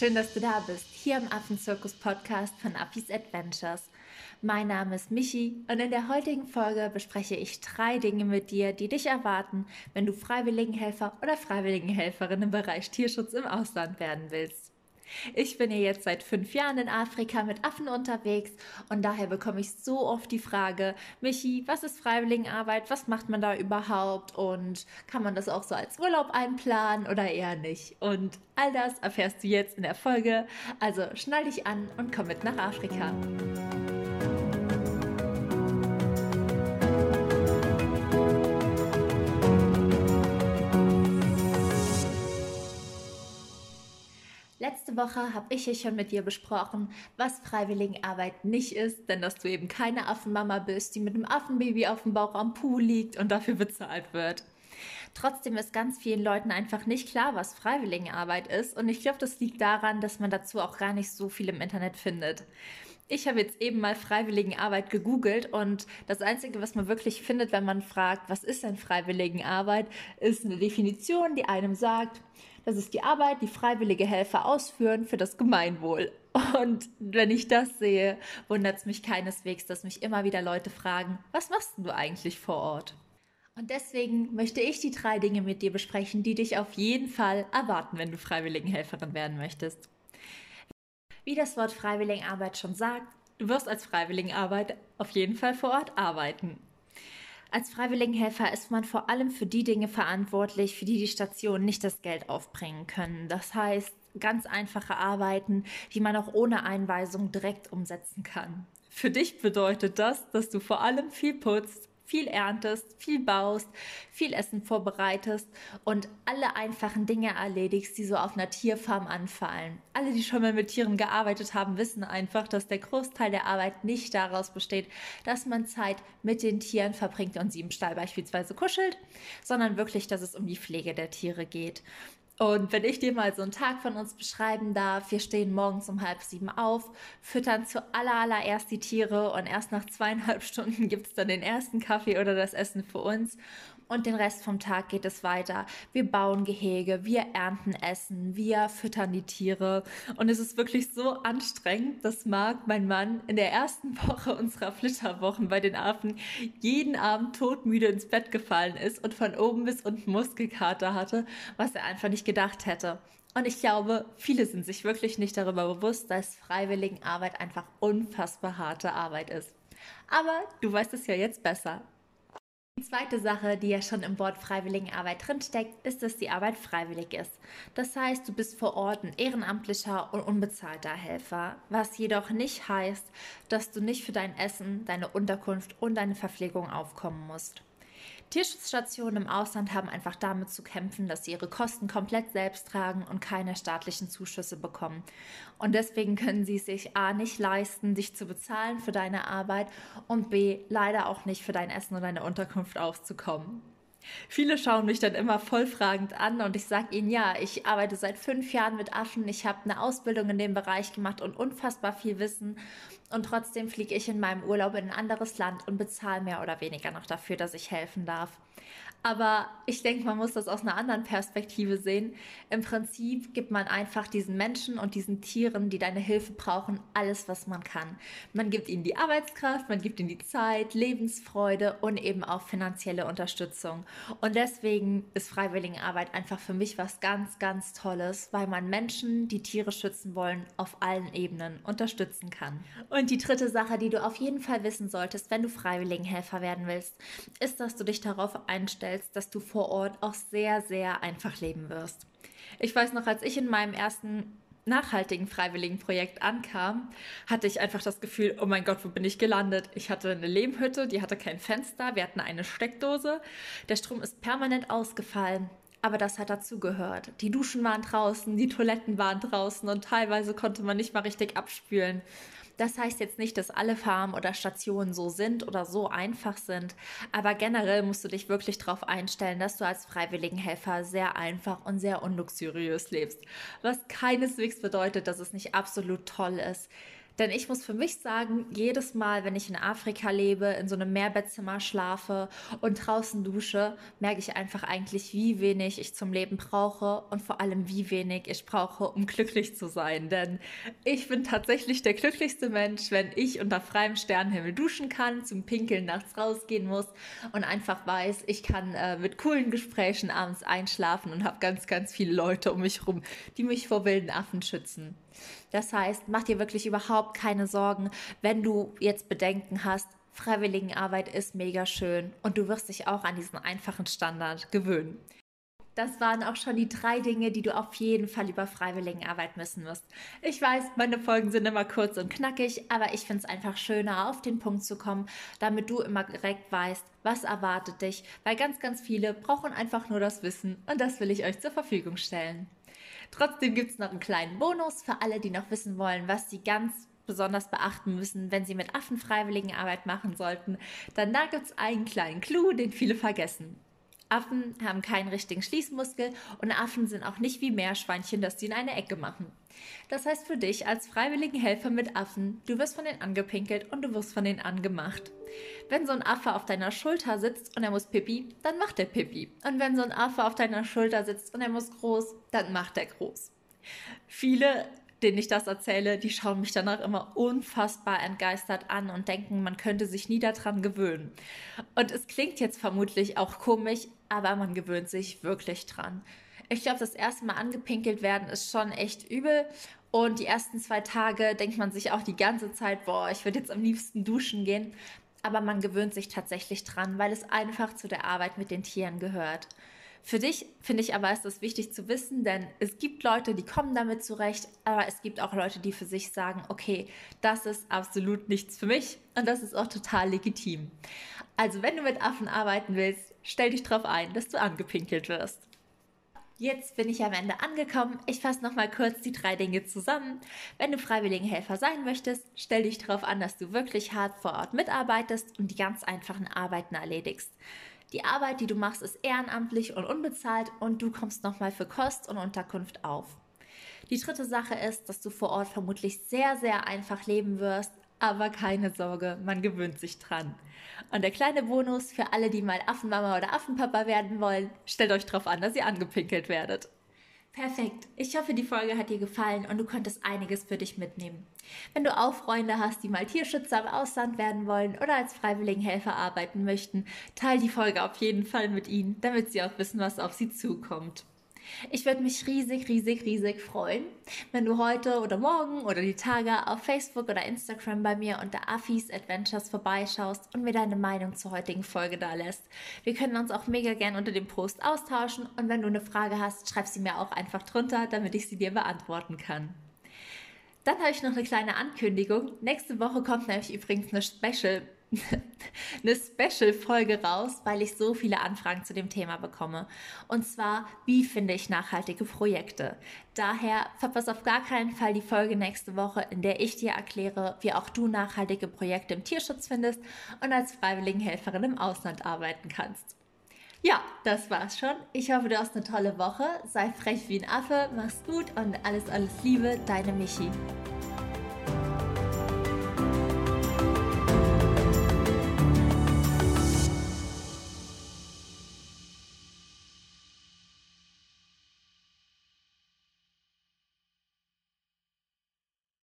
Schön, dass du da bist, hier im Affenzirkus-Podcast von Affis Adventures. Mein Name ist Michi und in der heutigen Folge bespreche ich 3 Dinge mit dir, die dich erwarten, wenn du Freiwilligenhelfer oder Freiwilligenhelferin im Bereich Tierschutz im Ausland werden willst. Ich bin ja jetzt seit 5 Jahren in Afrika mit Affen unterwegs und daher bekomme ich so oft die Frage, Michi, was ist Freiwilligenarbeit, was macht man da überhaupt und kann man das auch so als Urlaub einplanen oder eher nicht? Und all das erfährst du jetzt in der Folge, also schnall dich an und komm mit nach Afrika. Letzte Woche habe ich hier schon mit dir besprochen, was Freiwilligenarbeit nicht ist, denn dass du eben keine Affenmama bist, die mit einem Affenbaby auf dem Bauch am Pool liegt und dafür bezahlt wird. Trotzdem ist ganz vielen Leuten einfach nicht klar, was Freiwilligenarbeit ist und ich glaube, das liegt daran, dass man dazu auch gar nicht so viel im Internet findet. Ich habe jetzt eben mal Freiwilligenarbeit gegoogelt und das Einzige, was man wirklich findet, wenn man fragt, was ist denn Freiwilligenarbeit, ist eine Definition, die einem sagt, das ist die Arbeit, die freiwillige Helfer ausführen für das Gemeinwohl. Und wenn ich das sehe, wundert es mich keineswegs, dass mich immer wieder Leute fragen, was machst du eigentlich vor Ort? Und deswegen möchte ich die 3 Dinge mit dir besprechen, die dich auf jeden Fall erwarten, wenn du Freiwilligenhelferin werden möchtest. Wie das Wort Freiwilligenarbeit schon sagt, du wirst als Freiwilligenarbeit auf jeden Fall vor Ort arbeiten. Als Freiwilligenhelfer ist man vor allem für die Dinge verantwortlich, für die die Stationen nicht das Geld aufbringen können. Das heißt, ganz einfache Arbeiten, die man auch ohne Einweisung direkt umsetzen kann. Für dich bedeutet das, dass du vor allem viel putzt, viel erntest, viel baust, viel Essen vorbereitest und alle einfachen Dinge erledigst, die so auf einer Tierfarm anfallen. Alle, die schon mal mit Tieren gearbeitet haben, wissen einfach, dass der Großteil der Arbeit nicht daraus besteht, dass man Zeit mit den Tieren verbringt und sie im Stall beispielsweise kuschelt, sondern wirklich, dass es um die Pflege der Tiere geht. Und wenn ich dir mal so einen Tag von uns beschreiben darf, wir stehen morgens um 6:30 auf, füttern zuallererst die Tiere und erst nach 2,5 Stunden gibt es dann den ersten Kaffee oder das Essen für uns. Und den Rest vom Tag geht es weiter. Wir bauen Gehege, wir ernten Essen, wir füttern die Tiere. Und es ist wirklich so anstrengend, dass Marc, mein Mann, in der ersten Woche unserer Flitterwochen bei den Affen jeden Abend todmüde ins Bett gefallen ist und von oben bis unten Muskelkater hatte, was er einfach nicht gedacht hätte. Und ich glaube, viele sind sich wirklich nicht darüber bewusst, dass Freiwilligenarbeit einfach unfassbar harte Arbeit ist. Aber du weißt es ja jetzt besser. Die zweite Sache, die ja schon im Wort Freiwilligenarbeit drinsteckt, ist, dass die Arbeit freiwillig ist. Das heißt, du bist vor Ort ein ehrenamtlicher und unbezahlter Helfer, was jedoch nicht heißt, dass du nicht für dein Essen, deine Unterkunft und deine Verpflegung aufkommen musst. Tierschutzstationen im Ausland haben einfach damit zu kämpfen, dass sie ihre Kosten komplett selbst tragen und keine staatlichen Zuschüsse bekommen. Und deswegen können sie es sich A nicht leisten, dich zu bezahlen für deine Arbeit und B leider auch nicht für dein Essen und deine Unterkunft aufzukommen. Viele schauen mich dann immer voll fragend an und ich sage ihnen, ja, ich arbeite seit 5 Jahren mit Affen, ich habe eine Ausbildung in dem Bereich gemacht und unfassbar viel Wissen und trotzdem fliege ich in meinem Urlaub in ein anderes Land und bezahle mehr oder weniger noch dafür, dass ich helfen darf. Aber ich denke, man muss das aus einer anderen Perspektive sehen. Im Prinzip gibt man einfach diesen Menschen und diesen Tieren, die deine Hilfe brauchen, alles, was man kann. Man gibt ihnen die Arbeitskraft, man gibt ihnen die Zeit, Lebensfreude und eben auch finanzielle Unterstützung. Und deswegen ist Freiwilligenarbeit einfach für mich was ganz, ganz Tolles, weil man Menschen, die Tiere schützen wollen, auf allen Ebenen unterstützen kann. Und die dritte Sache, die du auf jeden Fall wissen solltest, wenn du Freiwilligenhelfer werden willst, ist, dass du dich darauf einstellst, dass du vor Ort auch sehr, sehr einfach leben wirst. Ich weiß noch, als ich in meinem ersten nachhaltigen Freiwilligenprojekt ankam, hatte ich einfach das Gefühl, oh mein Gott, wo bin ich gelandet? Ich hatte eine Lehmhütte, die hatte kein Fenster, wir hatten eine Steckdose, der Strom ist permanent ausgefallen. Aber das hat dazugehört. Die Duschen waren draußen, die Toiletten waren draußen und teilweise konnte man nicht mal richtig abspülen. Das heißt jetzt nicht, dass alle Farmen oder Stationen so sind oder so einfach sind, aber generell musst du dich wirklich darauf einstellen, dass du als Freiwilligenhelfer sehr einfach und sehr unluxuriös lebst, was keineswegs bedeutet, dass es nicht absolut toll ist. Denn ich muss für mich sagen, jedes Mal, wenn ich in Afrika lebe, in so einem Mehrbettzimmer schlafe und draußen dusche, merke ich einfach eigentlich, wie wenig ich zum Leben brauche und vor allem, wie wenig ich brauche, um glücklich zu sein. Denn ich bin tatsächlich der glücklichste Mensch, wenn ich unter freiem Sternenhimmel duschen kann, zum Pinkeln nachts rausgehen muss und einfach weiß, ich kann mit coolen Gesprächen abends einschlafen und habe ganz, ganz viele Leute um mich rum, die mich vor wilden Affen schützen. Das heißt, mach dir wirklich überhaupt keine Sorgen, wenn du jetzt Bedenken hast. Freiwilligenarbeit ist mega schön und du wirst dich auch an diesen einfachen Standard gewöhnen. Das waren auch schon die 3 Dinge, die du auf jeden Fall über Freiwilligenarbeit wissen musst. Ich weiß, meine Folgen sind immer kurz und knackig, aber ich finde es einfach schöner, auf den Punkt zu kommen, damit du immer direkt weißt, was erwartet dich, weil ganz, ganz viele brauchen einfach nur das Wissen und das will ich euch zur Verfügung stellen. Trotzdem gibt es noch einen kleinen Bonus für alle, die noch wissen wollen, was sie ganz besonders beachten müssen, wenn sie mit Affen Freiwilligenarbeit machen sollten. Dann da gibt es einen kleinen Clou, den viele vergessen. Affen haben keinen richtigen Schließmuskel und Affen sind auch nicht wie Meerschweinchen, dass sie in eine Ecke machen. Das heißt für dich als freiwilligen Helfer mit Affen, du wirst von denen angepinkelt und du wirst von denen angemacht. Wenn so ein Affe auf deiner Schulter sitzt und er muss Pipi, dann macht er Pipi. Und wenn so ein Affe auf deiner Schulter sitzt und er muss groß, dann macht er groß. Viele, denen ich das erzähle, die schauen mich danach immer unfassbar entgeistert an und denken, man könnte sich nie daran gewöhnen. Und es klingt jetzt vermutlich auch komisch, aber man gewöhnt sich wirklich dran. Ich glaube, das erste Mal angepinkelt werden ist schon echt übel. Und die ersten 2 Tage denkt man sich auch die ganze Zeit, boah, ich würde jetzt am liebsten duschen gehen. Aber man gewöhnt sich tatsächlich dran, weil es einfach zu der Arbeit mit den Tieren gehört. Für dich, finde ich aber, ist es wichtig zu wissen, denn es gibt Leute, die kommen damit zurecht, aber es gibt auch Leute, die für sich sagen, okay, das ist absolut nichts für mich und das ist auch total legitim. Also wenn du mit Affen arbeiten willst, stell dich darauf ein, dass du angepinkelt wirst. Jetzt bin ich am Ende angekommen. Ich fasse nochmal kurz die 3 Dinge zusammen. Wenn du Freiwilligenhelfer sein möchtest, stell dich darauf an, dass du wirklich hart vor Ort mitarbeitest und die ganz einfachen Arbeiten erledigst. Die Arbeit, die du machst, ist ehrenamtlich und unbezahlt und du kommst nochmal für Kost und Unterkunft auf. Die 3. Sache ist, dass du vor Ort vermutlich sehr, sehr einfach leben wirst, aber keine Sorge, man gewöhnt sich dran. Und der kleine Bonus für alle, die mal Affenmama oder Affenpapa werden wollen, stellt euch darauf an, dass ihr angepinkelt werdet. Perfekt. Ich hoffe, die Folge hat dir gefallen und du konntest einiges für dich mitnehmen. Wenn du auch Freunde hast, die mal Tierschützer im Ausland werden wollen oder als Freiwilligenhelfer arbeiten möchten, teile die Folge auf jeden Fall mit ihnen, damit sie auch wissen, was auf sie zukommt. Ich würde mich riesig, riesig, riesig freuen, wenn du heute oder morgen oder die Tage auf Facebook oder Instagram bei mir unter Affis Adventures vorbeischaust und mir deine Meinung zur heutigen Folge da lässt. Wir können uns auch mega gern unter dem Post austauschen und wenn du eine Frage hast, schreib sie mir auch einfach drunter, damit ich sie dir beantworten kann. Dann habe ich noch eine kleine Ankündigung. Nächste Woche kommt nämlich übrigens eine Special-Folge raus, weil ich so viele Anfragen zu dem Thema bekomme. Und zwar, wie finde ich nachhaltige Projekte? Daher verpasse auf gar keinen Fall die Folge nächste Woche, in der ich dir erkläre, wie auch du nachhaltige Projekte im Tierschutz findest und als Freiwilligenhelferin im Ausland arbeiten kannst. Ja, das war's schon. Ich hoffe, du hast eine tolle Woche. Sei frech wie ein Affe, mach's gut und alles, alles Liebe, deine Michi.